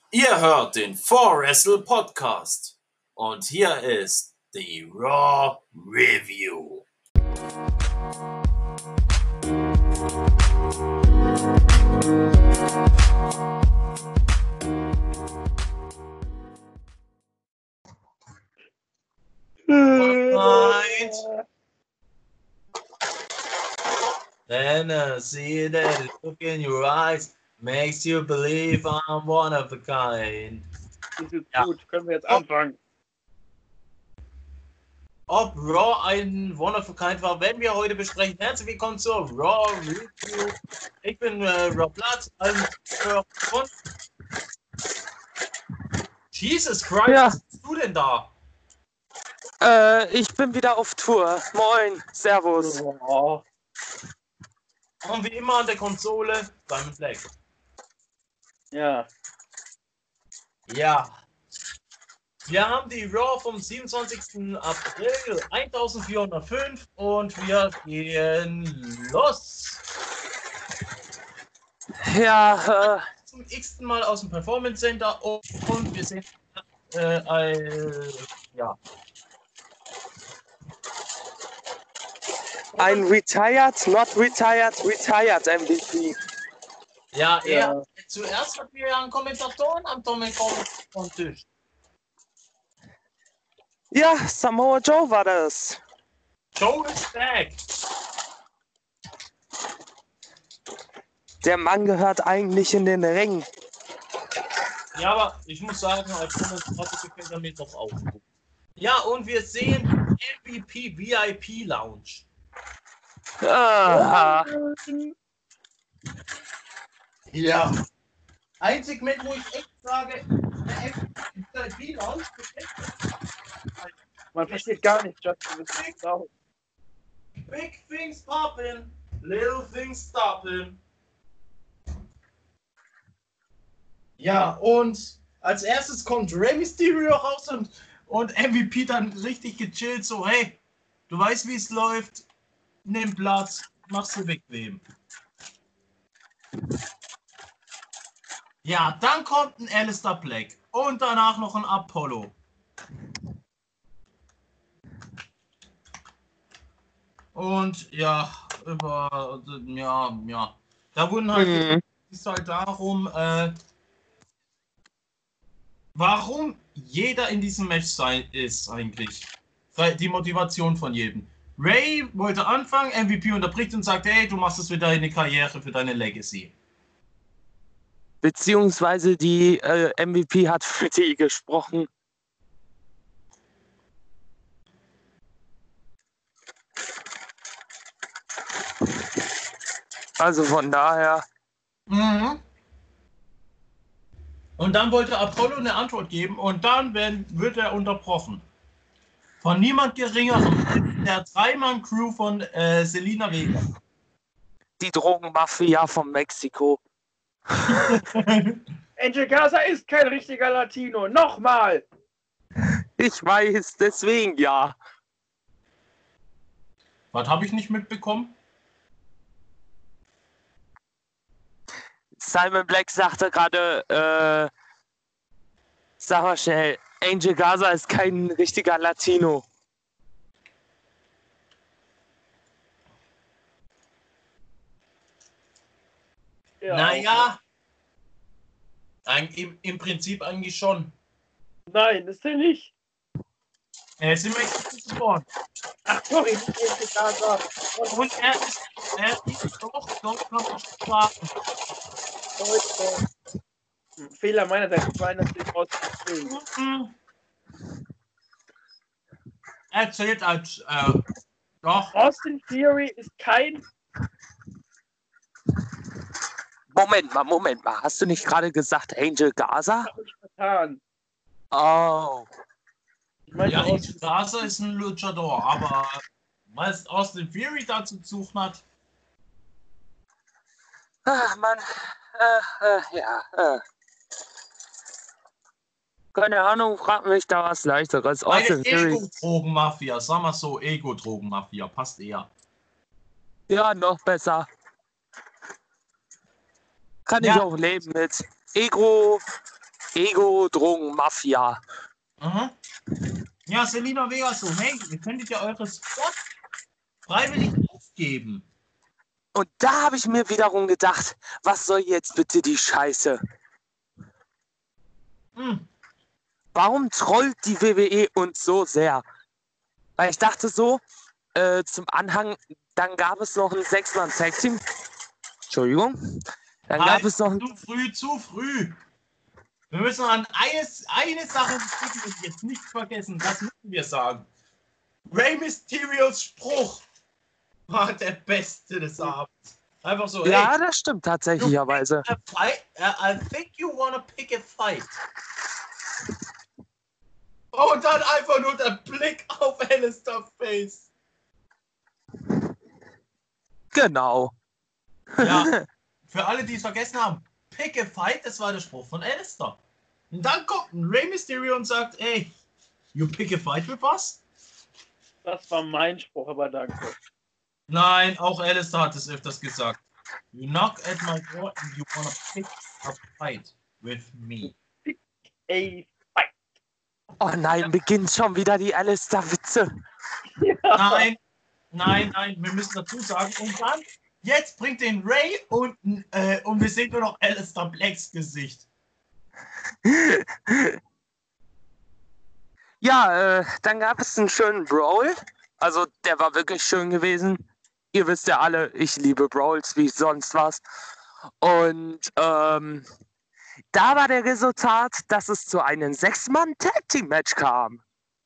Ihr hört den 4Wrestle Podcast und hier ist die Raw Review. Then see that look in your eyes makes you believe I'm one of a kind. Das ist gut, können wir jetzt anfangen. Ob Raw ein One of a Kind war, werden wir heute besprechen. Herzlich willkommen zur Raw Review. Ich bin Rob Platz und Jesus Christ, Ja. was bist du denn da? Ich bin wieder auf Tour. Moin, Servus. Oh. Und wie immer an der Konsole Simon Black. Ja. Ja. Wir haben die Raw vom 27. April 1405 und wir gehen los. Ja, Zum x-ten Mal aus dem Performance Center und wir sehen ein retired, not retired, retired MVP. Ja, Ja. Zuerst hatten wir ja einen Kommentatoren am Tisch. Ja, Samoa Joe war das. Joe is back. Der Mann gehört eigentlich in den Ring. Ja, aber ich muss sagen, als Kommentator gefällt er mir doch auch gut. Ja, und wir sehen MVP VIP Lounge. Aha. Ja. Ein Segment, wo ich echt sage, der MVP VIP Lounge Man versteht gar nicht, Justin. Big things poppin', little things stoppin'. Ja, und als erstes kommt Rey Mysterio raus und MVP dann richtig gechillt, so, hey, du weißt, wie es läuft, nimm Platz, mach's dir bequem. Ja, dann kommt ein Aleister Black und danach noch ein Apollo. Und ja, da wurden halt, ist halt darum, warum jeder in diesem Match ist eigentlich. Die Motivation von jedem. Ray wollte anfangen, MVP unterbricht und sagt, hey, du machst es für deine Karriere, für deine Legacy. Beziehungsweise die MVP hat für die gesprochen. Also von daher. Mhm. Und dann wollte Apollo eine Antwort geben und dann wird er unterbrochen. Von niemand geringerem als der Dreimann-Crew von Selina Vega. Die Drogenmafia von Mexiko. Angel Gaza ist kein richtiger Latino. Nochmal! Ich weiß, deswegen ja. Was habe ich nicht mitbekommen? Simon Black sagte gerade, sag mal schnell, Angel Gaza ist kein richtiger Latino. Ja. Naja, im Prinzip eigentlich schon. Nein, ist er nicht. Er ist in Mexiko geboren. Ach, sorry, nicht Angel Gaza. Und er ist doch noch Sprachen. Fehler meinerseits. Ich meine natürlich aus. Er zählt als, doch. Austin Theory ist kein. Moment mal. Hast du nicht gerade gesagt Angel Gaza? Hab ich vertan. Oh. Ich meine, Ja, Angel Gaza ist ein Luchador, aber was Austin Theory dazu zu suchen hat. Ach, Mann. Ja. Keine Ahnung, frag mich da was Leichteres. Eine Austin Theory. Ego-Drogen-Mafia, sag mal so, Ego-Drogen-Mafia, passt eher. Ja, noch besser. Kann ich auch leben mit. Ego Ego, Drogen, Mafia. Aha. Ja, Selina Vega so, hey, ihr könntet ja eure Spots freiwillig aufgeben. Und da habe ich mir wiederum gedacht, was soll jetzt bitte die Scheiße? Hm. Warum trollt die WWE uns so sehr? Weil ich dachte so, zum Anhang, dann gab es noch ein 6-Mann-Tag-Team. Entschuldigung. Dann gab es noch ein... Zu früh. Wir müssen an eine Sache jetzt nicht vergessen, das müssen wir sagen. Rey Mysterios Spruch war der beste des Abends. Einfach so, Ja, hey, das stimmt tatsächlicherweise. I think you wanna pick a fight. Und dann einfach nur der Blick auf Alistair Face. Genau. Ja, für alle, die es vergessen haben, pick a fight, das war der Spruch von Alistair. Und dann kommt ein Rey Mysterio und sagt, ey, you pick a fight with us? Das war mein Spruch, aber danke. Nein, auch Alistair hat es öfters gesagt. You knock at my door and you wanna pick a fight with me. Ey, Oh nein, beginnt schon wieder die Alistair-Witze. Nein, wir müssen dazu sagen. Und dann, jetzt bringt den Ray und wir sehen nur noch Alistair Blacks Gesicht. Ja, dann gab es einen schönen Brawl. Also, der war wirklich schön gewesen. Ihr wisst ja alle, ich liebe Brawls wie sonst was. Und da war der Resultat, dass es zu einem 6-Mann-Tag-Team-Match kam.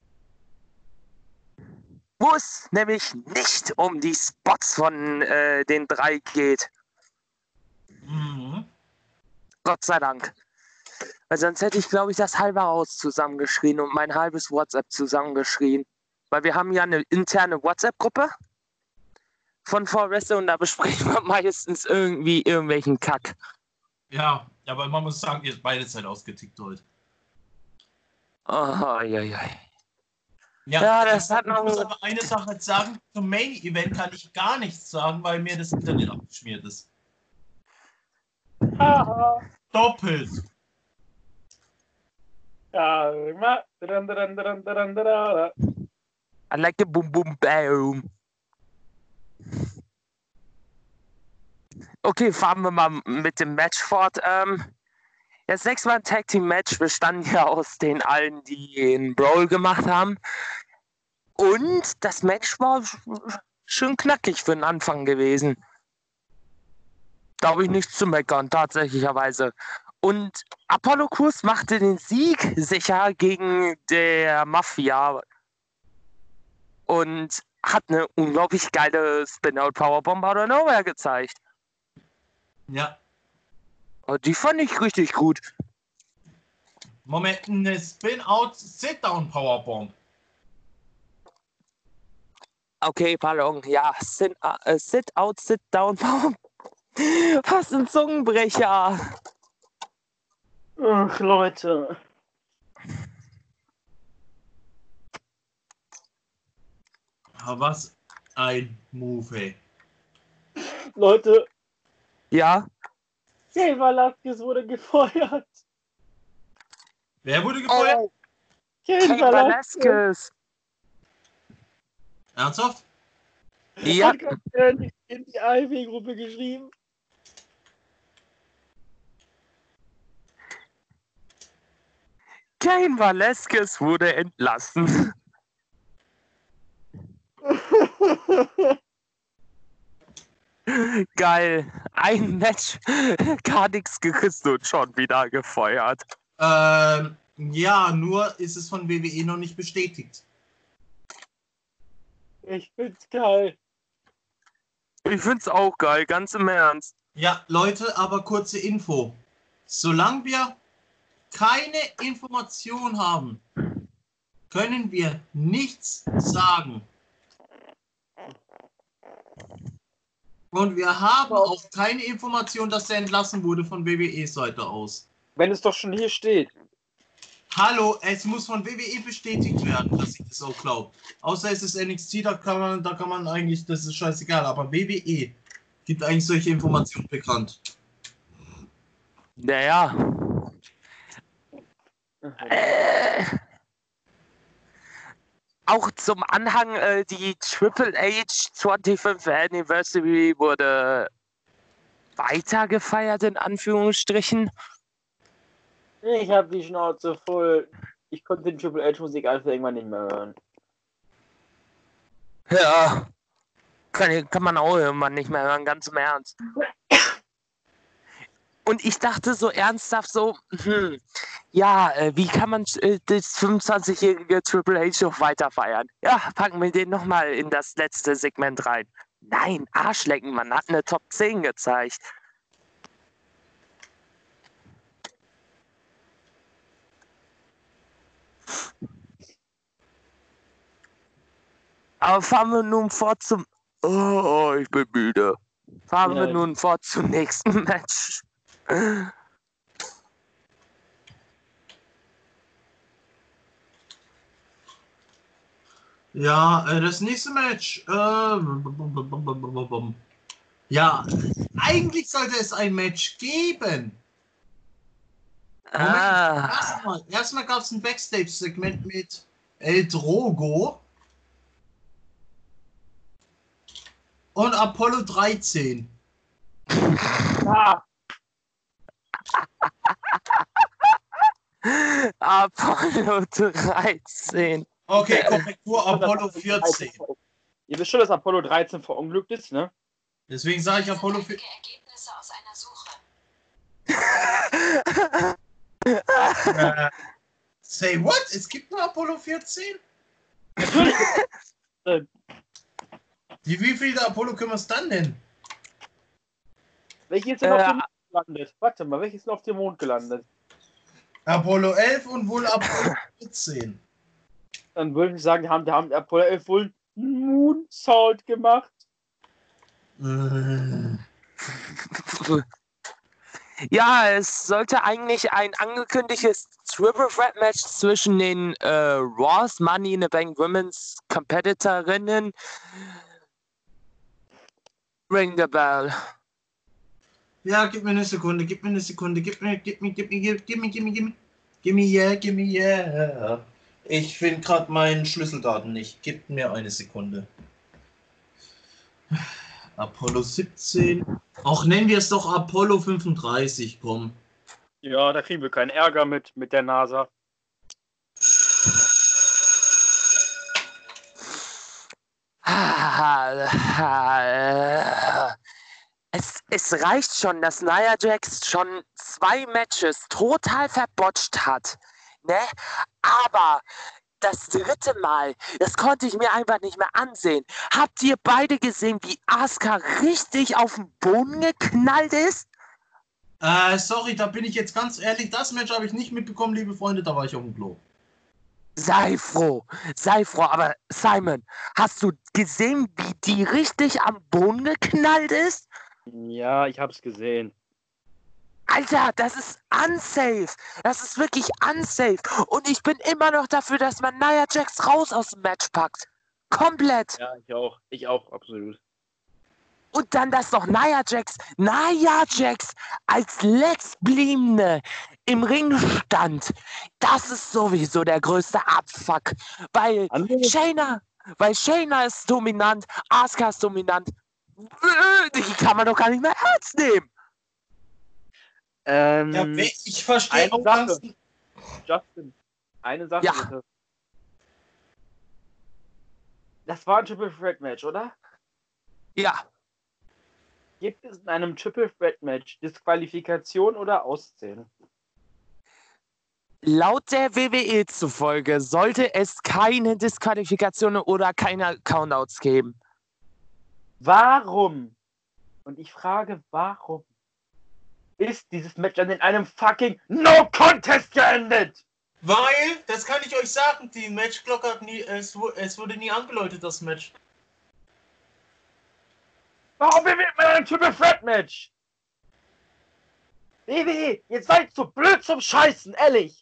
Wo es nämlich nicht um die Spots von den 3 geht. Mhm. Gott sei Dank. Weil sonst hätte ich, glaube ich, das halbe Haus zusammengeschrien und mein halbes WhatsApp zusammengeschrien. Weil wir haben ja eine interne WhatsApp-Gruppe von Forrest und da besprechen wir meistens irgendwie irgendwelchen Kack. Ja, aber man muss sagen, ihr beide seid ausgetickt heute. Oh, ja. Ja, das hat noch... Ich muss aber eine Sache sagen, zum Main-Event kann ich gar nichts sagen, weil mir das Internet abgeschmiert ist. haha. Doppelt. Ja, immer. I like a boom boom boom. Okay, fahren wir mal mit dem Match fort. Das 6-Mann-Tag-Team-Match bestand ja aus den allen, die einen Brawl gemacht haben. Und das Match war schön knackig für den Anfang gewesen. Da habe ich nichts zu meckern, tatsächlicherweise. Und Apollo Crews machte den Sieg sicher gegen der Mafia. Und hat eine unglaublich geile Spin-Out-Powerbomb out of nowhere gezeigt. Ja. Und die fand ich richtig gut. Moment, eine Spin-Out Sit-Down-Powerbomb. Okay, pardon. Ja, Sit-Out, Sit-Down, Powerbomb. Was ein Zungenbrecher. Ach, Leute. Was ein Move, ey. Leute, Ja, Cain Velasquez wurde gefeuert. Wer wurde gefeuert? oh, Cain Cain Velasquez. Ernsthaft? Ja, Hat er nicht in die AEW-Gruppe geschrieben. Cain Velasquez wurde entlassen. Geil. Ein Match, gar nichts gerissen und schon wieder gefeuert. Ja, nur ist es von WWE noch nicht bestätigt. Ich find's geil. Ich find's auch geil, ganz im Ernst. Ja, Leute, aber kurze Info. Solange wir keine Information haben, können wir nichts sagen. Und wir haben auch keine Information, dass er entlassen wurde von WWE-Seite aus. Wenn es doch schon hier steht. Hallo, es muss von WWE bestätigt werden, dass ich das auch glaube. Außer es ist NXT, da kann man eigentlich, das ist scheißegal, aber WWE gibt eigentlich solche Informationen bekannt. Naja. Auch zum Anhang, die Triple H 25th Anniversary wurde weiter gefeiert, in Anführungsstrichen. Ich habe die Schnauze voll. Ich konnte den Triple H Musik einfach irgendwann nicht mehr hören. Ja, kann man auch irgendwann nicht mehr hören, ganz im Ernst. Und ich dachte so ernsthaft so, wie kann man das 25-jährige Triple H noch weiter feiern? Ja, packen wir den nochmal in das letzte Segment rein. Nein, Arschlecken, man hat eine Top 10 gezeigt. Aber fahren wir nun fort zum... Oh, ich bin müde. Fahren wir nun fort zum nächsten Match. Ja, das nächste Match. Ja, eigentlich sollte es ein Match geben. Moment, erstmal gab es ein Backstage-Segment mit El Drogo und Apollo 13. Ah, Apollo 13. Okay, Korrektur, Apollo 14. Ihr wisst schon, dass Apollo 13 verunglückt ist, ne? Deswegen sage ich Apollo 14. Ergebnisse aus einer Suche. Say what? Es gibt nur Apollo 14? Natürlich. Wie viele Apollo können wir es dann nennen? Welche ist denn auf dem Mond gelandet? Warte mal, welche ist denn auf dem Mond gelandet? Apollo 11 und wohl Apollo 14. Dann würde ich sagen, die haben Apollo 11 wohl Moonsault gemacht. Ja, es sollte eigentlich ein angekündigtes Triple Threat Match zwischen den Raws Money in the Bank Women's Competitorinnen. Ring the bell. Ja, gib mir eine Sekunde. Gib me, yeah. Ich finde gerade meinen Schlüsseldaten nicht. Gib mir eine Sekunde. Apollo 17. Auch nennen wir es doch Apollo 35, komm. Ja, da kriegen wir keinen Ärger mit der NASA. Es reicht schon, dass Nia Jax schon 2 Matches total verbotscht hat. Ne? Aber das 3. Mal, das konnte ich mir einfach nicht mehr ansehen. Habt ihr beide gesehen, wie Asuka richtig auf den Boden geknallt ist? Sorry, da bin ich jetzt ganz ehrlich. Das Match habe ich nicht mitbekommen, liebe Freunde. Da war ich auf dem Klo. Sei froh. Aber Simon, hast du gesehen, wie die richtig am Boden geknallt ist? Ja, ich hab's gesehen. Alter, das ist unsafe. Das ist wirklich unsafe. Und ich bin immer noch dafür, dass man Nia Jax raus aus dem Match packt. Komplett. Ja, ich auch. Ich auch, absolut. Und dann, dass noch Nia Jax als letztbliebene im Ring stand. Das ist sowieso der größte Abfuck. Weil Shayna ist dominant, Asuka ist dominant. Die kann man doch gar nicht mehr ernst nehmen. Ja, ich verstehe auch ganz... Justin, eine Sache Ja. bitte. Das war ein Triple Threat Match, oder? Ja. Gibt es in einem Triple Threat Match Disqualifikation oder Auszählen? Laut der WWE zufolge sollte es keine Disqualifikationen oder keine Countouts geben. Warum? Und ich frage, warum ist dieses Match dann in einem fucking No-Contest geendet? Weil, das kann ich euch sagen, die Matchglocke hat nie, es wurde nie angeläutet, das Match. Warum bewegt man ein Triple Threat Match? WWE, ihr seid so blöd zum Scheißen, ehrlich.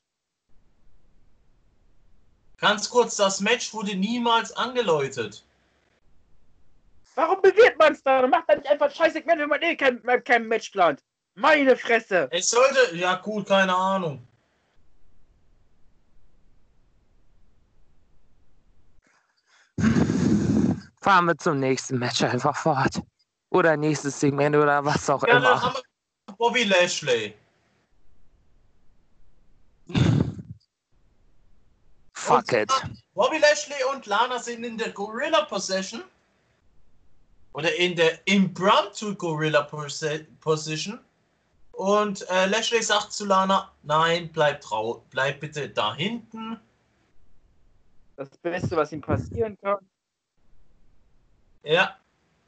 Ganz kurz, das Match wurde niemals angeläutet. Warum bewegt man es dann? Und macht dann nicht einfach ein scheiß Segment, wenn man kein Match plant. Meine Fresse. Es sollte, ja gut, keine Ahnung. fahren wir zum nächsten Match einfach fort. Oder nächstes Segment oder was auch Ja, dann immer. haben wir Bobby Lashley. Fuck it. Bobby Lashley und Lana sind in der Gorilla Possession. Oder in der Impromptu Gorilla Position. Und Lashley sagt zu Lana, nein, bleib bitte da hinten. Das Beste, was ihm passieren kann. Ja.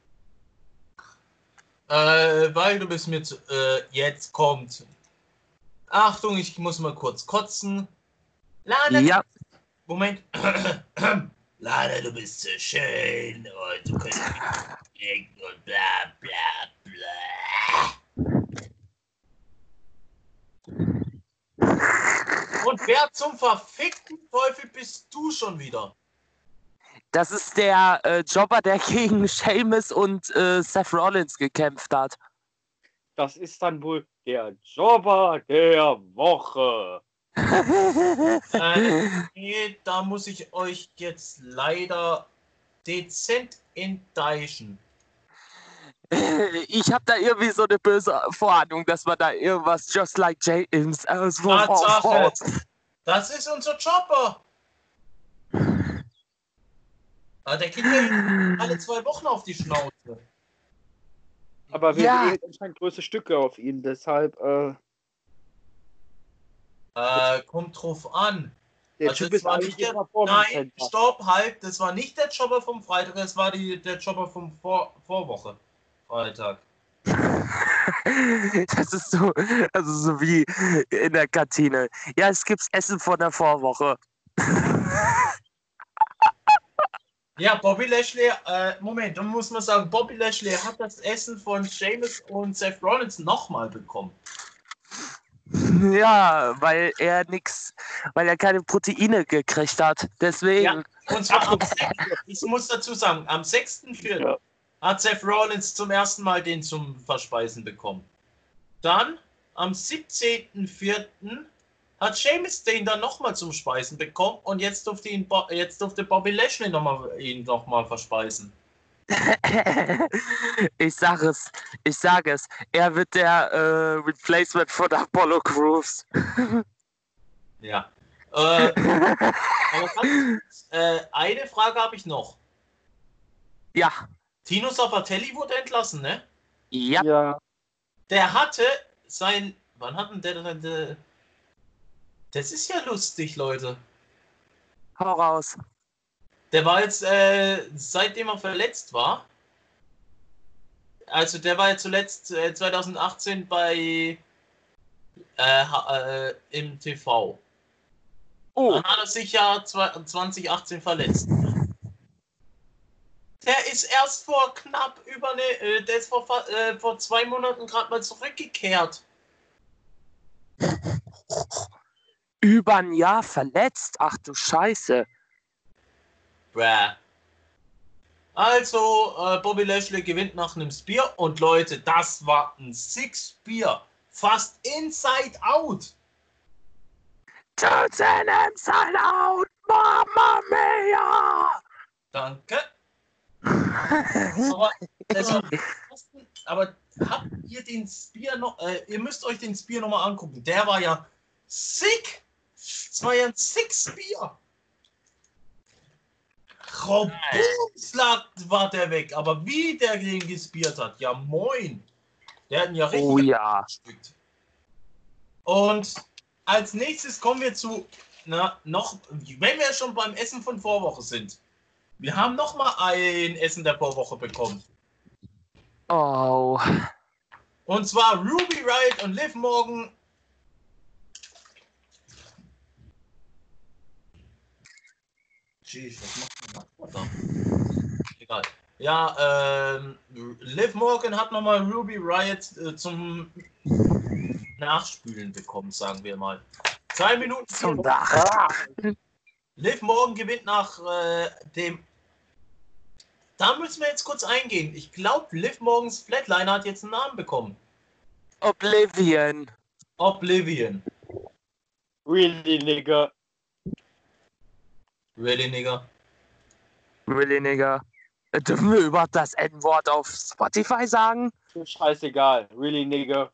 Weil du bist mir zu, jetzt kommt. Achtung, ich muss mal kurz kotzen. Lana, Ja. Moment. Lana, du bist so schön und du kannst mich denken und bla bla bla. Und wer zum verfickten Teufel bist du schon wieder? Das ist der Jobber, der gegen Sheamus und Seth Rollins gekämpft hat. Das ist dann wohl der Jobber der Woche. Nee, da muss ich euch jetzt leider dezent enttäuschen. Ich habe da irgendwie so eine böse Vorahnung, dass man da irgendwas Just Like James Tatsache. Das ist unser Jobber. Aber der kriegt ja alle 2 Wochen auf die Schnauze. Aber wir Ja. wählen anscheinend größte Stücke auf ihn, deshalb Kommt drauf an. der Also Typ es ist war eigentlich nicht der, der Performance nein, Center. stopp, halt. Das war nicht der Jobber vom Freitag, das war der Jobber vom Vorwoche. Freitag. Das ist so wie in der Kantine. Ja, es gibt Essen von der Vorwoche. Ja, Bobby Lashley, Moment, da muss man sagen, Bobby Lashley hat das Essen von Sheamus und Seth Rollins nochmal bekommen. Ja, weil er keine Proteine gekriegt hat. Deswegen. Ja, und zwar am 6., ich muss dazu sagen, am 6.4. Ja. hat Seth Rollins zum ersten Mal den zum Verspeisen bekommen. Dann am 17.4. hat Sheamus den dann nochmal zum Speisen bekommen und jetzt durfte Bobby Lashley ihn nochmal verspeisen. Ich sage es. Er wird der Replacement von Apollo Crews. Ja. Aber eine Frage habe ich noch. Ja. Tino Sabbatelli wurde entlassen, ne? Ja. Ja, Der hatte wann hat denn der? Das ist ja lustig, Leute. Hau raus. Der war jetzt, seitdem er verletzt war, also der war ja zuletzt 2018 im TV. Oh, Dann hat er sich ja 2018 verletzt. Der ist erst vor der ist vor 2 Monaten gerade mal zurückgekehrt. über ein Jahr verletzt. Ach du Scheiße. Bäh. Also, Bobby Lashley gewinnt nach einem Spear und Leute, das war ein Six Spear. Fast inside out. Turns and inside out, Mamma Mia! Danke. Aber habt ihr den Spear noch, ihr müsst euch den Spear nochmal angucken. Der war ja sick. Es war ja ein Six Spear. Robumslag war der weg, aber wie der den gespiert hat, ja moin. Der hat ihn ja richtig Oh ja. gestückt. Und als nächstes kommen wir zu, wenn wir schon beim Essen von Vorwoche sind. Wir haben noch mal ein Essen der Vorwoche bekommen. Oh. Und zwar Ruby Riott und Liv Morgan. Jeez, was macht man da? Egal. Ja, Liv Morgan hat nochmal Ruby Riott zum Nachspülen bekommen, sagen wir mal. 2 Minuten. Zum Dach. Liv Morgan gewinnt nach dem. Da müssen wir jetzt kurz eingehen. Ich glaube, Liv Morgans Flatliner hat jetzt einen Namen bekommen. Oblivion. Oblivion. really, nigga. Really, nigga. Really, nigga. Dürfen wir überhaupt das N-Wort auf Spotify sagen? Scheißegal. Really, nigga.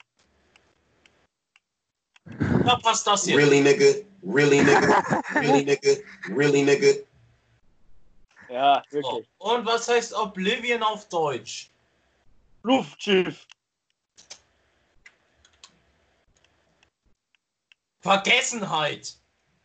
Ja, passt das hier. Really nigga, really nigga, really nigga, really nigga. Ja, So. wirklich. Und was heißt Oblivion auf Deutsch? Luftschiff. Vergessenheit.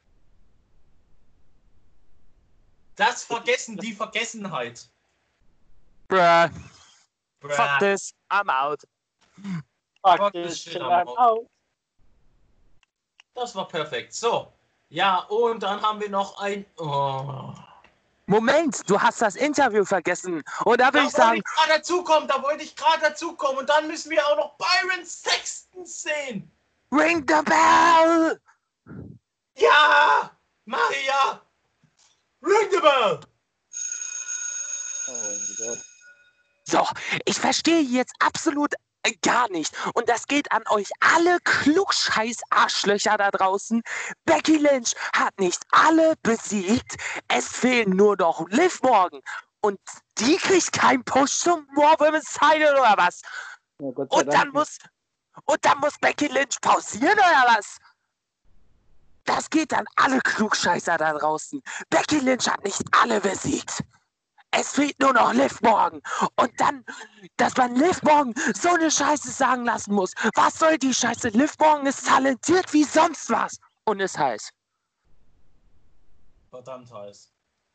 Das Vergessen, die Vergessenheit. Bruh. Bruh. Fuck this. I'm out. Fuck this this shit, shit, I'm I'm out. Das war perfekt. So. Ja, und dann haben wir noch ein... Oh. Moment, du hast das Interview vergessen. Und da Da will ich sagen, wollte ich gerade dazukommen. Und dann müssen wir auch noch Byron Sexton sehen. ring the bell! Ja! Maria! Ring the bell! Oh mein Gott. So, ich verstehe jetzt absolut gar nicht. Und das geht an euch alle Klugscheiß-Arschlöcher da draußen. Becky Lynch hat nicht alle besiegt. Es fehlen nur noch Liv Morgan. Und die kriegt keinen Push zum Raw Women's Title oder was? Ja, Gott sei Und dann muss Becky Lynch pausieren oder was? Das geht an alle Klugscheißer da draußen. Becky Lynch hat nicht alle besiegt. Es fehlt nur noch Liv Morgan. Und dann, dass man Liv Morgan so eine Scheiße sagen lassen muss. Was soll die Scheiße? Liv Morgan ist talentiert wie sonst was. Und ist heiß. Verdammt heiß.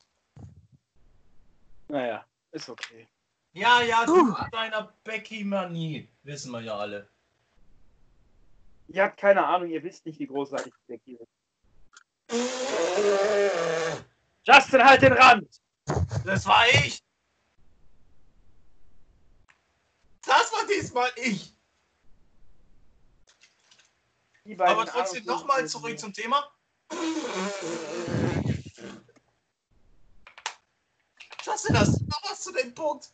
Naja, ist okay. Ja, du mit deiner Becky-Manie. Wissen wir ja alle. Ihr habt keine Ahnung, ihr wisst nicht, wie großartig Becky ist. Justin, halt den Rand! Das war ich! Das war diesmal ich! Die beiden Aber trotzdem nochmal zurück zum Thema. Justin, hast du noch was zu dem Punkt?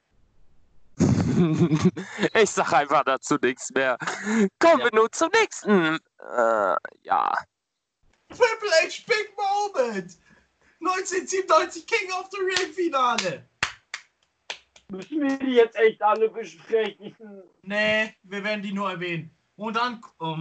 Ich sag einfach dazu nichts mehr. Kommen wir nun zum nächsten. Ja. Triple H Big Moment! 1997 King of the Ring Finale! Müssen wir die jetzt echt alle besprechen? Nee, wir werden die nur erwähnen. Und dann,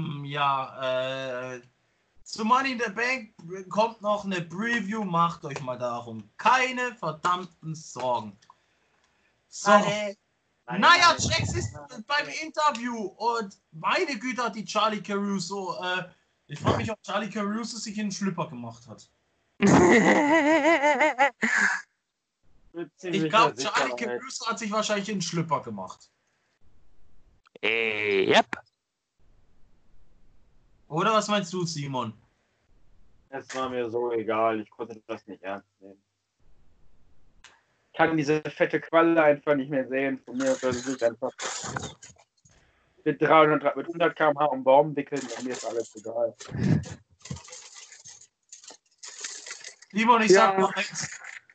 zu Money in the Bank kommt noch eine Preview. Macht euch mal darum keine verdammten Sorgen. So. Naja, Jax ist beim Interview und meine Güte hat die Charlie Caruso. Ich frage mich, ob Charlie Caruso sich in den Schlüpper gemacht hat. Ich glaube, Charlie Caruso hat sich wahrscheinlich in den Schlüpper gemacht. Yep. Oder was meinst du, Simon? Es war mir so egal, ich konnte das nicht ernst nehmen. Ich kann diese fette Qualle einfach nicht mehr sehen. Von mir soll sich einfach mit 100 km/h um Baum wickeln und mir ist alles egal. Simon, ich sag noch eins.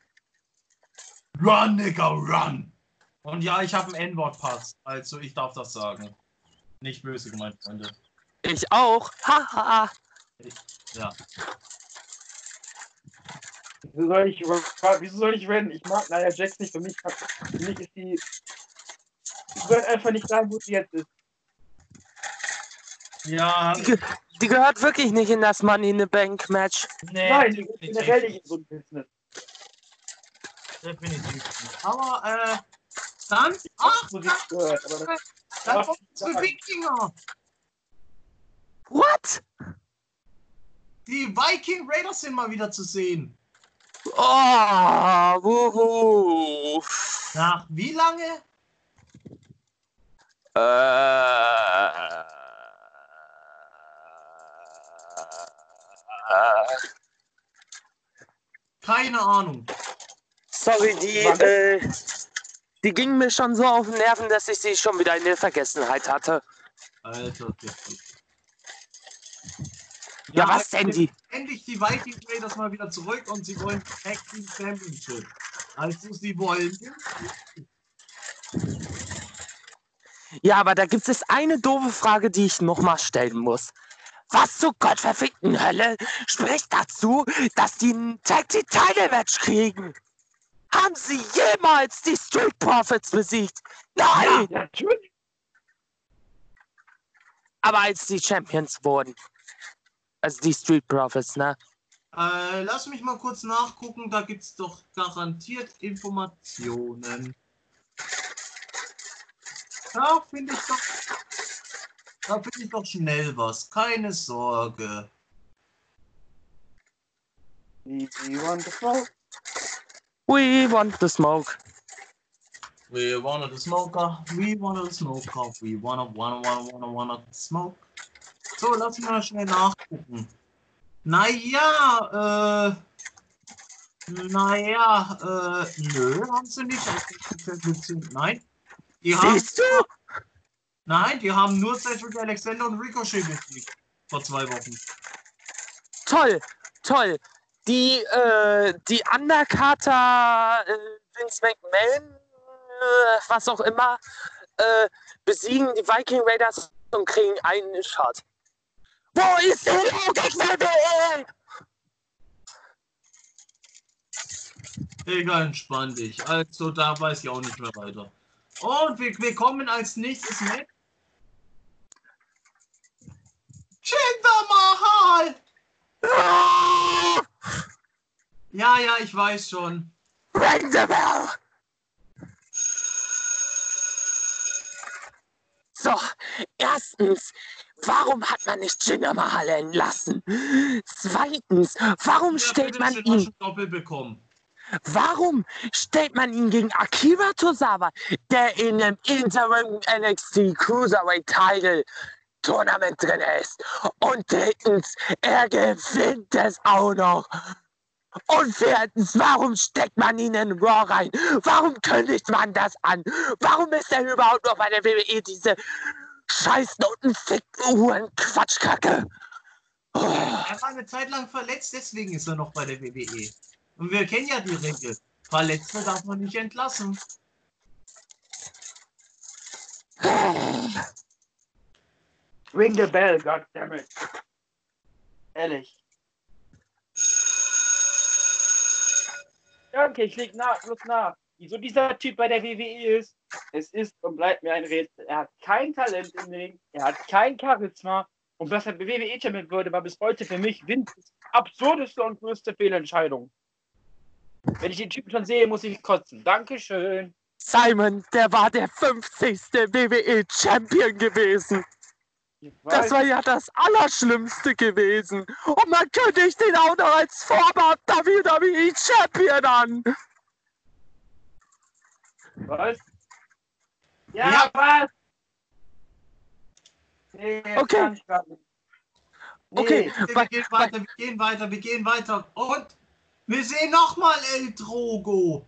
Run, Nigga, run! Und ja, ich habe einen N-Wort-Pass, also ich darf das sagen. Nicht böse gemeint, Freunde. Ich auch. Haha. Ja. Wieso soll ich rennen? Ich mag Nia Jax nicht. Für mich ist die. Ich soll einfach nicht sagen, wo sie jetzt ist. Ja. Die gehört wirklich nicht in das Money in the Bank Match. Nee, Nein, die ist generell nicht in so ein Business. Definitiv nicht. Aber, dann. Ach, Musik gehört, aber das dann kommt zu Wikinger. What? Die Viking Raiders sind mal wieder zu sehen. Oh, wuhu. Nach wie lange? Keine Ahnung. Sorry, die ging mir schon so auf den Nerven, dass ich sie schon wieder in der Vergessenheit hatte. Alter, Ja, was denn die? Endlich die Viking Raiders mal wieder zurück und sie wollen Tag Team Championship. Also sie wollen. Ja, aber da gibt es eine doofe Frage, die ich nochmal stellen muss. Was zur gottverfickten Hölle spricht dazu, dass die ein Tag Team Title Match kriegen? Haben sie jemals die Street Profits besiegt? Nein! Ja, natürlich. Aber als die Champions wurden. Also die Street Profits, ne? Lass mich mal kurz nachgucken, da gibt es doch garantiert Informationen. Da finde ich doch schnell was, keine Sorge. We want the smoke. We want the smoke. We wanna the smoker, we wanna the smoker, we wanna smoke. So, lass mich mal schnell nachgucken. Naja, nö, haben sie nicht. Nein. Siehst du? Nein, die haben nur Cedric Alexander und Ricochet besiegt. Vor 2 Wochen. Toll, toll. Die Undercarter, Vince McMahon, was auch immer, besiegen die Viking Raiders und kriegen einen Shot. Wo ist die Logik, WWE? Egal, entspann dich. Also, da weiß ich auch nicht mehr weiter. Und wir kommen als nächstes mit Jinder Mahal! Ah! Ja, ich weiß schon. Ring the bell! So, erstens, warum hat man nicht Jinder Mahal entlassen? Zweitens, warum stellt man ihn... Doppel bekommen. Warum stellt man ihn gegen Akira Tozawa, der in dem Interim NXT Cruiserweight Title Tournament drin ist? Und drittens, er gewinnt es auch noch. Und viertens, warum steckt man ihn in Raw rein? Warum kündigt man das an? Warum ist er überhaupt noch bei der WWE, diese scheiß Notenfick-Uhren-Quatschkacke? Er war eine Zeit lang verletzt, deswegen ist er noch bei der WWE. Und wir kennen ja die Regel. Verletzte darf man nicht entlassen. Ring the bell, goddammit. Ehrlich. Danke, ich leg bloß nach. Wieso dieser Typ bei der WWE ist, es ist und bleibt mir ein Rätsel. Er hat kein Talent im Ring, er hat kein Charisma und dass er WWE-Champion würde, war bis heute für mich Vinces absurdeste und größte Fehlentscheidung. Wenn ich den Typen schon sehe, muss ich kotzen. Dankeschön. Simon, der war der 50. WWE-Champion gewesen. Das war ja das Allerschlimmste gewesen. Und man kündigt ihn auch noch als Former WWE-Champion an. Was? Ja, was? Nee, Okay. kann ich grad nicht. Nee. Okay, Wir gehen weiter. Und wir sehen nochmal El Drogo.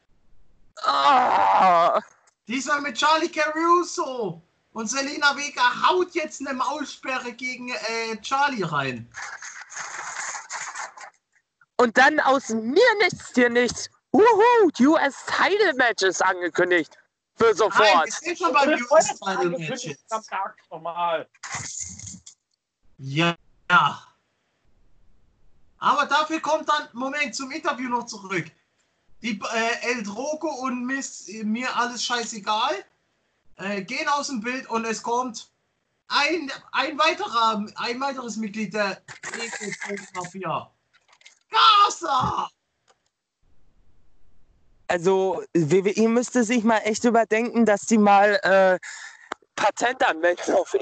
Ah, Diesmal mit Charlie Caruso. Und Selena Vega haut jetzt eine Maulsperre gegen Charlie rein. und dann aus mir nichts, dir nichts. US-Title Match ist angekündigt. Für Nein, sofort. wir sind schon beim US-Title-Match jetzt. Am Tag nochmal. Ja. Aber dafür kommt dann, Moment, zum Interview noch zurück. Die El Drogo und mir alles scheißegal gehen aus dem Bild und es kommt ein weiteres Mitglied der Mafia. Gaza! Also WWE müsste sich mal echt überdenken, dass die mal Patent anmelden auf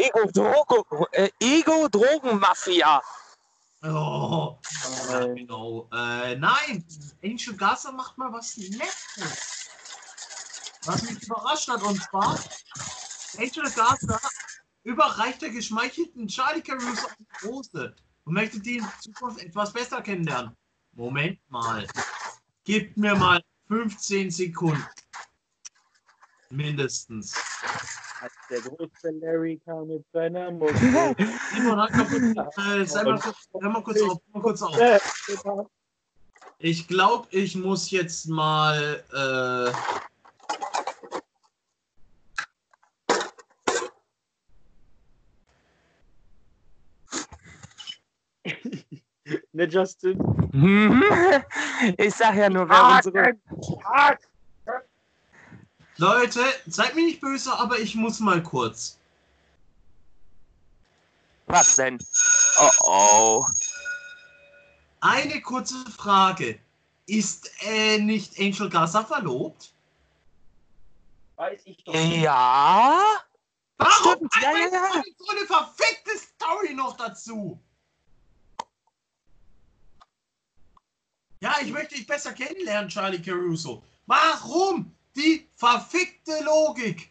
Ego-Drogen-Mafia. Oh, genau. Nein, Angel Gaza macht mal was Nettes. Was mich überrascht hat, und zwar Angel Gaza überreicht der geschmeichelten Charlie Caruso eine Rose und möchte die in Zukunft etwas besser kennenlernen. Moment mal. Gib mir mal 15 Sekunden. Mindestens. Als der große Larry kam mit seiner Mutter. Simon, halt mal kurz auf. Ich glaube, ich muss jetzt mal Ne, Justin? Mhm. Ich sag ja nur, wer unsere... Leute, seid mir nicht böse, aber ich muss mal kurz. Was denn? Oh oh. Eine kurze Frage. Ist nicht Angel Garza verlobt? Weiß ich doch nicht. Ja? Warum Stimmt, ja, ja, ja. so eine verfickte Story noch dazu? Ja, ich möchte dich besser kennenlernen, Charlie Caruso. Warum die verfickte Logik?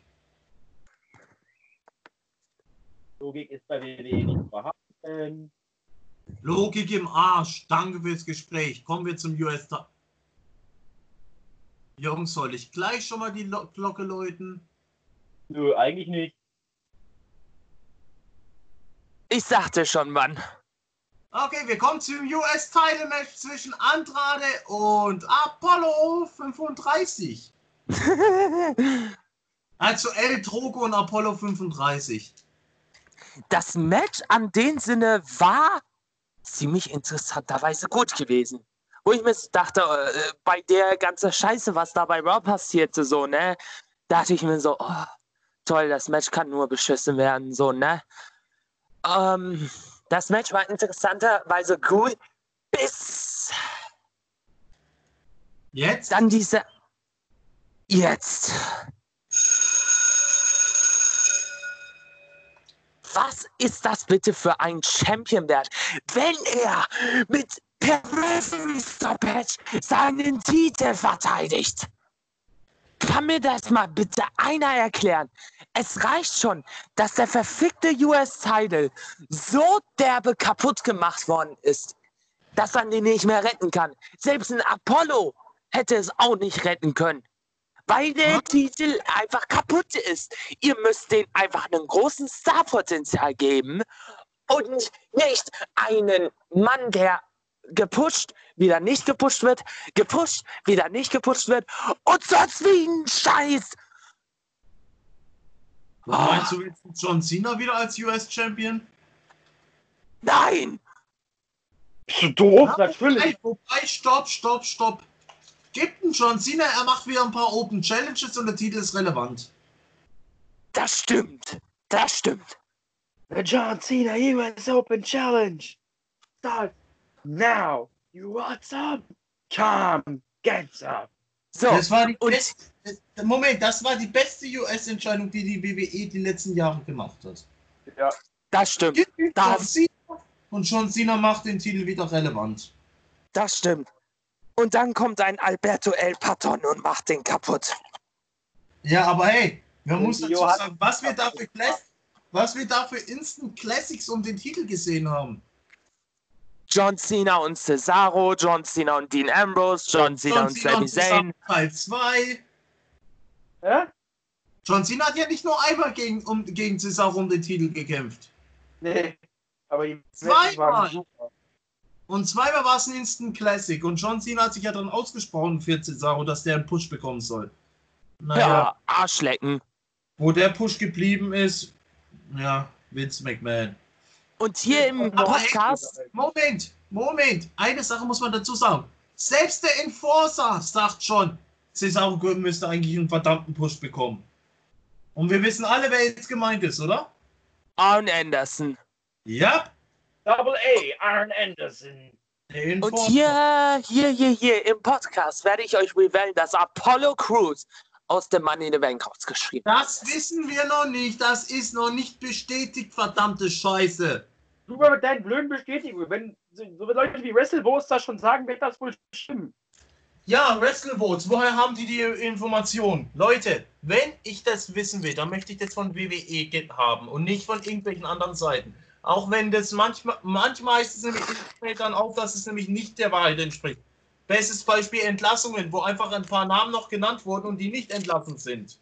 Logik ist bei WWE nicht vorhanden. Logik im Arsch. Danke fürs Gespräch. Kommen wir zum US-Tag. Jungs, soll ich gleich schon mal die Glocke läuten? Nö, eigentlich nicht. Ich sagte schon, Mann. Okay, wir kommen zum US-Title-Match zwischen Andrade und Apollo 35. Also El Drogo und Apollo 35. Das Match an den Sinne war ziemlich interessanterweise gut gewesen. Wo ich mir dachte, bei der ganzen Scheiße, was da bei Raw passierte, so, ne, dachte ich mir so, oh, toll, das Match kann nur beschissen werden, so, ne. Das Match war interessanterweise gut, bis Jetzt? dann diese... Jetzt. Was ist das bitte für ein Champion-Wert, wenn er mit per Referee Stoppage seinen Titel verteidigt? Kann mir das mal bitte einer erklären? Es reicht schon, dass der verfickte US-Title so derbe kaputt gemacht worden ist, dass man den nicht mehr retten kann. Selbst ein Apollo hätte es auch nicht retten können. Weil der Titel einfach kaputt ist. Ihr müsst den einfach einen großen Starpotenzial geben und nicht einen Mann, der gepusht, wieder nicht gepusht wird, gepusht, wieder nicht gepusht wird und sonst wie ein Scheiß. Meinst du jetzt John Cena wieder als US-Champion? Nein! Bist du doof? Natürlich. Wobei, stopp. Gibt einen John Cena, er macht wieder ein paar Open Challenges und der Titel ist relevant. Das stimmt. The John Cena US Open Challenge starts now. You want some? Come, get some. So, Das war die und beste, Moment, das war die beste US-Entscheidung, die die WWE die letzten Jahre gemacht hat. Ja. das stimmt. Gibt John Das, Cena und John Cena macht den Titel wieder relevant. das stimmt. Und dann kommt ein Alberto El Patron und macht den kaputt. Ja, aber hey, man muss dazu Johann- sagen, was wir da für Instant Classics um den Titel gesehen haben. John Cena und Cesaro, John Cena und Dean Ambrose, John Cena und Sami Zayn. Teil 2. Hä? John Cena hat ja nicht nur einmal gegen Cesaro um den Titel gekämpft. Nee. Aber die Zweimal. Matches waren super. Und zweimal war es ein Instant Classic. Und John Cena hat sich ja dann ausgesprochen für Cesaro, dass der einen Push bekommen soll. Naja, Ja, Arschlecken. wo der Push geblieben ist, ja, Vince McMahon. Und hier im Aber Podcast, Moment. Eine Sache muss man dazu sagen. Selbst der Enforcer sagt schon, Cesaro müsste eigentlich einen verdammten Push bekommen. Und wir wissen alle, wer jetzt gemeint ist, oder? Arn Anderson. Ja. Double A, Arn Anderson. Der Und Enforcer. hier im Podcast werde ich euch revealen, dass Apollo Crews aus dem Money in the Bank rausgeschrieben Das wissen wir noch nicht. Das ist noch nicht bestätigt, verdammte Scheiße. Du mit deinen blöden Bestätigungen. Wenn so Leute wie WrestleVotes das schon sagen, wird das wohl stimmen. Ja, WrestleVotes, woher haben die Informationen? Leute, wenn ich das wissen will, dann möchte ich das von WWE haben und nicht von irgendwelchen anderen Seiten. Auch wenn das manchmal ist es nämlich fällt dann auf, dass es nämlich nicht der Wahrheit entspricht. Bestes Beispiel Entlassungen, wo einfach ein paar Namen noch genannt wurden und die nicht entlassen sind.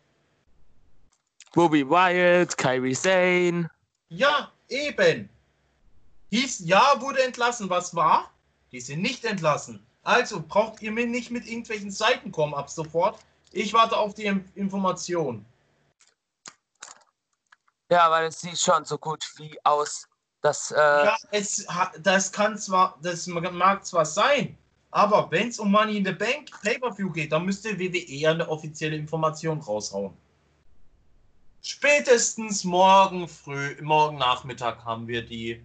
Bobby Wyatt, Kairi Sane. Ja, eben. Hieß, ja, wurde entlassen. Was war? Die sind nicht entlassen. Also braucht ihr mir nicht mit irgendwelchen Seiten kommen ab sofort. Ich warte auf die Information. Ja, weil es sieht schon so gut wie aus, Das, Ja, das mag zwar sein, aber wenn es um Money in the Bank Pay-Per-View geht, dann müsste WWE eine offizielle Information raushauen. Spätestens morgen Nachmittag haben wir die.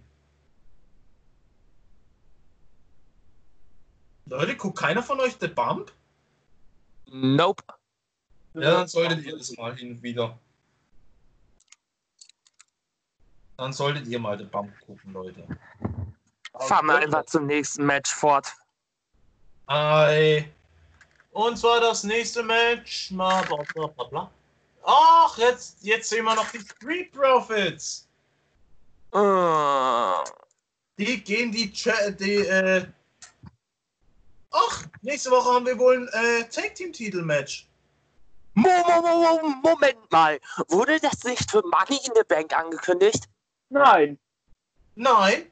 Leute, guckt keiner von euch The Bump? nope. Ja, dann solltet ihr das mal hin wieder. Dann solltet ihr mal The Bump gucken, Leute. Fahren wir einfach zum nächsten Match fort. Und zwar das nächste Match. Bla, bla, bla. Ach, jetzt sehen wir noch die Street Profits. Die gehen Ach, nächste Woche haben wir wohl ein Tag-Team-Titel-Match. Moment mal. Wurde das nicht für Money in the Bank angekündigt? Nein. Nein.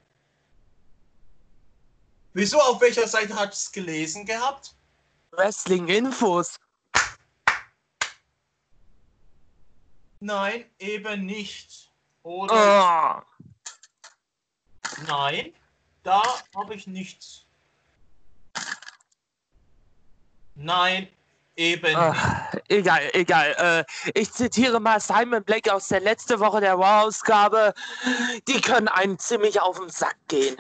Wieso? Auf welcher Seite hat es gelesen gehabt? Wrestling-Infos. Nein, eben nicht. Oder? Nein, da habe ich nichts. Nein, eben nicht. Egal. Ich zitiere mal Simon Black aus der letzten Woche der Raw-Ausgabe. Die können einem ziemlich auf den Sack gehen.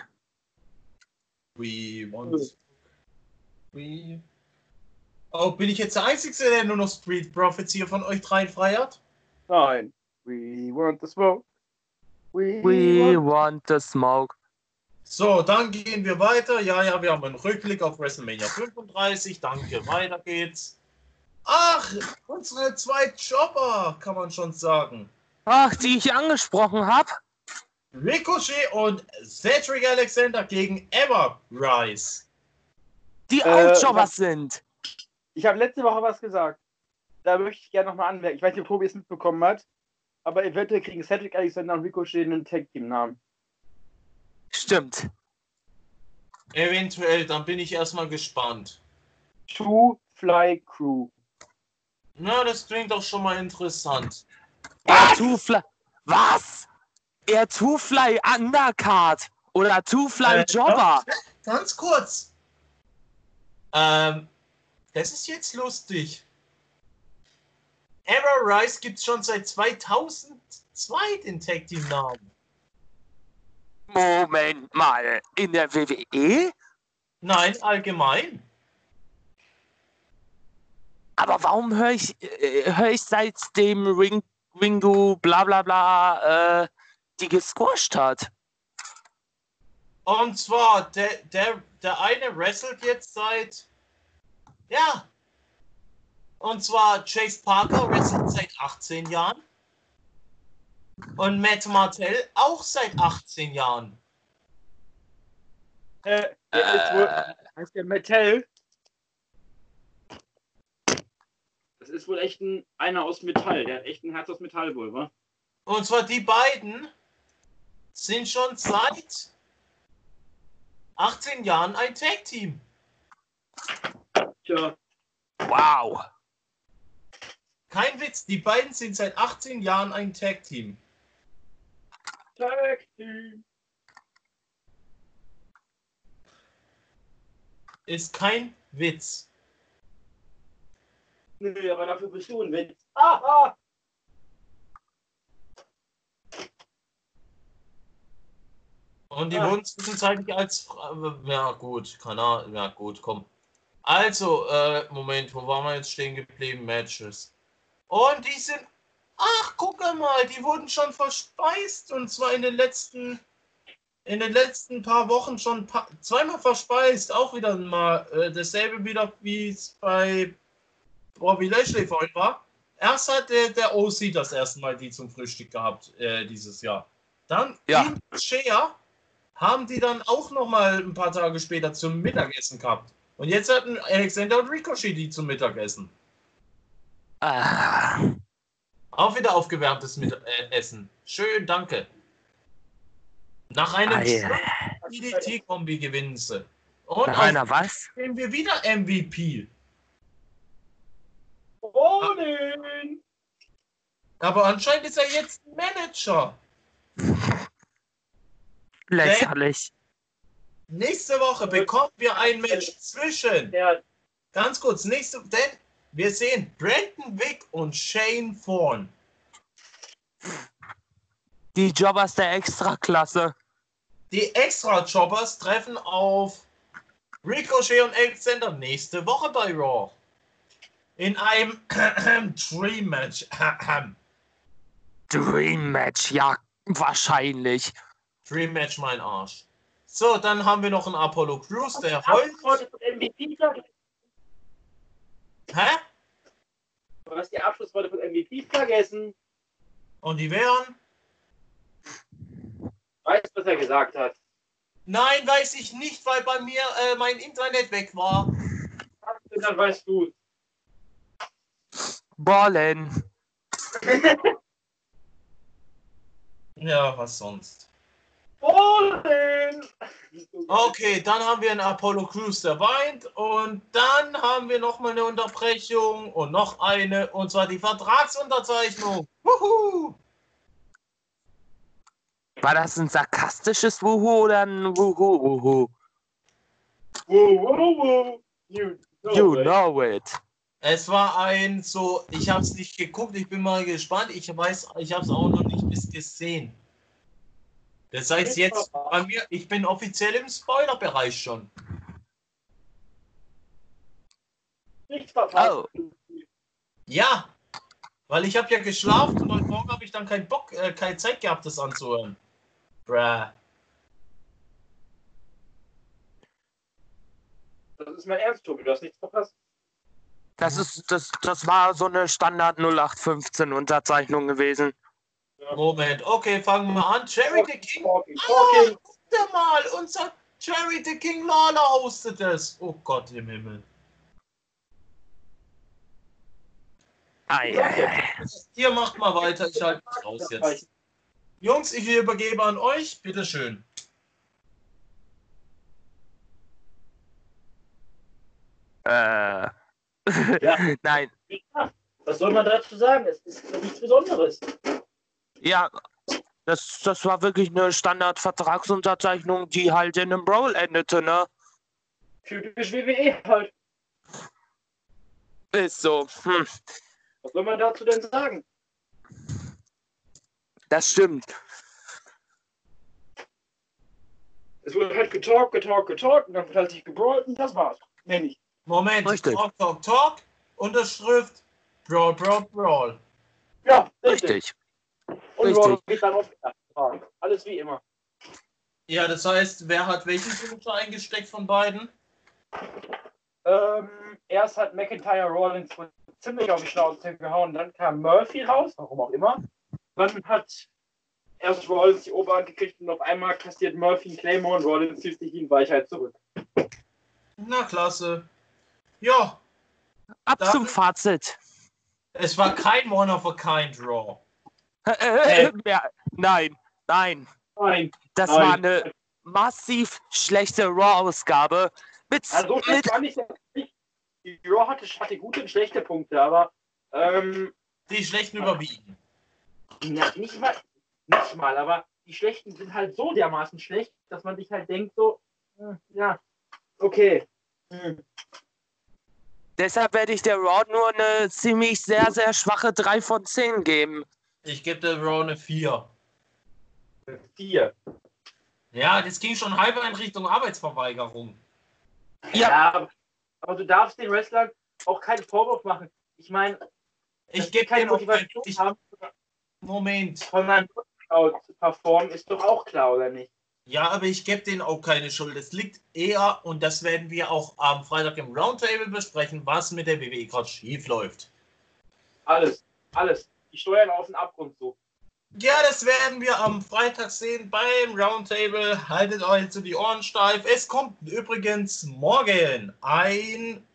Oh, bin ich jetzt der Einzige, der nur noch Street Profits hier von euch dreien frei hat? Nein. We want the smoke. We want the smoke. So, dann gehen wir weiter. Ja, wir haben einen Rückblick auf WrestleMania 35. Danke, weiter geht's. Ach, unsere zwei Jobber, kann man schon sagen. Ach, die ich angesprochen habe. Ricochet und Cedric Alexander gegen Emma Rice. Die auch Jobbers sind. Ich habe letzte Woche was gesagt. Da möchte ich gerne nochmal anmerken. Ich weiß nicht, ob Tobi es mitbekommen hat. Aber eventuell kriegen Cedric Alexander und Ricochet einen Tag-Team-Namen. Stimmt. Eventuell, dann bin ich erstmal gespannt. Two Fly Crew. Na, das klingt doch schon mal interessant. Was? Er Two-Fly Undercard oder Two-Fly Jobber. Ganz kurz. Das ist jetzt lustig. Emma Rice gibt es schon seit 2002 den Tag Team Namen. Moment mal, in der WWE? Nein, allgemein. Aber warum höre ich seitdem Ringo bla bla bla die gesquasht hat? Und zwar, der eine wrestelt jetzt seit. Ja. Und zwar Chase Parker wrestelt seit 18 Jahren. Und Matt Martell auch seit 18 Jahren. Heißt der Mattel? Das ist wohl echt einer aus Metall. Der hat echt ein Herz aus Metall wohl, wa? Und zwar die beiden sind schon seit 18 Jahren ein Tag-Team. Tja. Wow. Kein Witz, die beiden sind seit 18 Jahren ein Tag-Team. Tag-Team. Ist kein Witz. Nö, aber dafür bist du ein Witz. Aha! Und die wurden zwischenzeitlich als. Ja, gut, ja, gut, komm. Also, Moment, wo waren wir jetzt stehen geblieben? Matches. Und die sind. Ach, guck mal, die wurden schon verspeist. Und zwar in den letzten paar Wochen schon zweimal verspeist. Auch wieder mal dasselbe wieder, wie es bei Bobby Lashley vorhin war. Erst hat der OC das erste Mal die zum Frühstück gehabt dieses Jahr. Dann in Shea haben die dann auch noch mal ein paar Tage später zum Mittagessen gehabt. Und jetzt hatten Alexander und Ricochet die zum Mittagessen. Auch wieder aufgewärmtes Essen. Schön, danke. Nach einem DDT-Kombi gewinnen sie. Und nach einer was? Sehen wir wieder MVP. Ronin! Aber anscheinend ist er jetzt Manager. Lächerlich. Nächste Woche bekommen wir ein Match zwischen, Ja, ganz kurz, denn wir sehen Brandon Wick und Shane Thorne. Die Jobbers der Extraklasse. Die Extra-Jobbers treffen auf Ricochet und Alexander nächste Woche bei Raw. In einem Dream-Match. Dream Match, ja, wahrscheinlich. Dream-Match, mein Arsch. So, dann haben wir noch einen Apollo Crews, der heute heult. von MVP vergessen. Hä? Du hast die Abschlussworte von MVP vergessen. Und die wären? Weißt du, was er gesagt hat? Nein, weiß ich nicht, weil bei mir mein Internet weg war. Und dann weißt du. Ballen. Ja, was sonst. Bowling! Okay, dann haben wir einen Apollo Crews, der weint. Und dann haben wir nochmal eine Unterbrechung und noch eine. Und zwar die Vertragsunterzeichnung. Wuhu! War das ein sarkastisches Wuhu oder ein Wuhu-Wuhu? Woo. You You it. know it. Es war ein so, ich habe es nicht geguckt, ich bin mal gespannt. Ich habe es auch noch nicht bis gesehen. Das heißt jetzt bei mir, ich bin offiziell im Spoilerbereich schon. Nicht verpasst. Oh, Ja, weil ich habe ja geschlafen und heute Morgen habe ich dann keinen Bock, keine Zeit gehabt, das anzuhören. Bruh. Das ist mein Ernst, Tobi, du hast nichts verpasst. das war so eine Standard 0815 Unterzeichnung gewesen. Moment, okay, fangen wir an. Cherry the King. Talking. Guck dir mal, unser Cherry the King Lawler hostet es. Oh Gott im Himmel. Ei, ei, ei. Ihr macht mal weiter, ich halte mich raus jetzt. Jungs, ich übergebe an euch, bitteschön. Ja. Nein. Was soll man dazu sagen? Es ist nichts Besonderes. Ja, das war wirklich eine Standardvertragsunterzeichnung, die halt in einem Brawl endete, ne? Typisch WWE halt. Ist so. Was soll man dazu denn sagen? Das stimmt. Es wurde halt getalkt und dann wird halt sich gebrawlt und das war's. Mehr nicht. Moment, Richtig. Talk, Unterschrift, Brawl. Ja, Richtig. Und richtig. Raw geht dann auf. Alles wie immer. Ja, das heißt, wer hat welchen Finisher eingesteckt von beiden? Erst hat McIntyre Rollins ziemlich auf die Schnauze gehauen, dann kam Murphy raus, warum auch immer. Dann hat erst Rollins die Oberhand gekriegt und auf einmal kassiert Murphy einen Claymore und Rollins zieht sich in Weichheit zurück. Na, klasse. Ja, Ab Dann- zum Fazit. es war kein One of a Kind Raw. Ja, nein. Nein. Das Nein. war eine massiv schlechte Raw-Ausgabe. Also schlecht war nicht. Die Raw hatte gute und schlechte Punkte, aber Die schlechten überwiegen. ja, nicht mal, aber die schlechten sind halt so dermaßen schlecht, dass man sich halt denkt so, ja, okay. Deshalb werde ich der Raw nur eine ziemlich sehr, sehr schwache 3 von 10 geben. Ich gebe der Raw eine 4. 4. Ja, das ging schon halb in Richtung Arbeitsverweigerung. Ja. Aber du darfst den Wrestlern auch keinen Vorwurf machen. Ich meine, Ich gebe keine denen auch Motivation haben, Moment. von meinem Workout zu performen, ist doch auch klar, oder nicht? Ja, aber ich gebe denen auch keine Schuld. Es liegt eher, und das werden wir auch am Freitag im Roundtable besprechen, was mit der WWE gerade schief läuft. Alles. Die steuern auf den Abgrund zu. Ja, das werden wir am Freitag sehen beim Roundtable. Haltet euch zu die Ohren steif. Es kommt übrigens morgen ein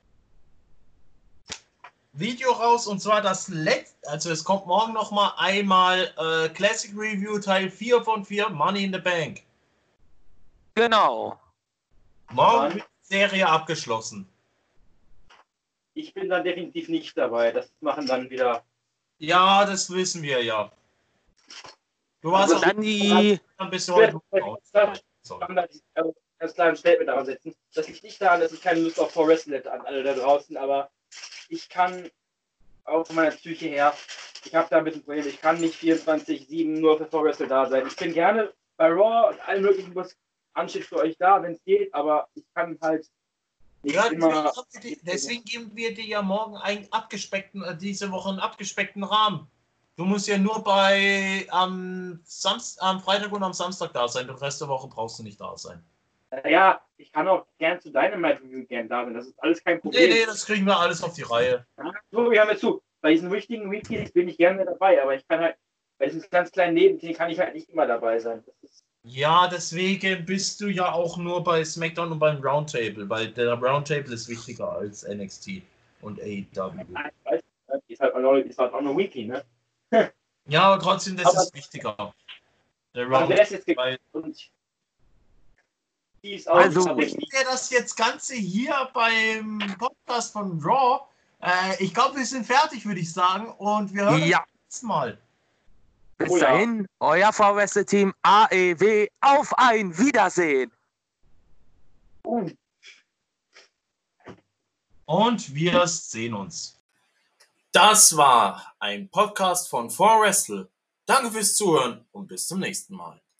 Video raus, und zwar das letzte, also es kommt morgen nochmal einmal Classic Review Teil 4 von 4 Money in the Bank. Genau. Morgen wird die Serie abgeschlossen. Ich bin dann definitiv nicht dabei. Das machen dann wieder. Ja, das wissen wir ja. Du warst Und dann die. ein bisschen heute raus. Sorry. Ganz klar ein Statement daran setzen. Das liegt nicht daran, dass ich keine Lust auf Pro Wrestling hätte an alle da draußen, aber ich kann auch von meiner Psyche her, ich habe da ein bisschen Probleme. Ich kann nicht 24/7 nur für Pro Wrestling da sein. Ich bin gerne bei Raw und allem möglichen, was ansteht für euch da, wenn es geht, aber ich kann halt nicht Ja, immer. deswegen geben wir dir ja morgen diese Woche einen abgespeckten Rahmen. Du musst ja nur am Freitag und am Samstag da sein. Den Rest der Woche brauchst du nicht da sein. Ja, ich kann auch gern zu Dynamite Review gern da sein. Das ist alles kein Problem. Nee, das kriegen wir alles auf die Reihe. Ja, so, wir haben jetzt zu. Bei diesen wichtigen Weeklies bin ich gerne dabei, aber ich kann halt, bei diesen ganz kleinen Nebenthemen kann ich halt nicht immer dabei sein. Das ist Ja, deswegen bist du ja auch nur bei SmackDown und beim Roundtable, weil der Roundtable ist wichtiger als NXT und AEW. ist halt auch nur Weekly, ne? Ja, aber trotzdem, das Aber- ist wichtiger. Der Aber der ist jetzt weil und die ist auch Also- wir das jetzt Ganze hier beim Podcast von Raw. Ich glaube, wir sind fertig, würde ich sagen. Und wir hören uns Ja, nächstes Mal. bis Oh ja. dahin, euer VW-Team AEW. Auf ein Wiedersehen. Und wir sehen uns. Das war ein Podcast von 4Wrestle. Danke fürs Zuhören und bis zum nächsten Mal.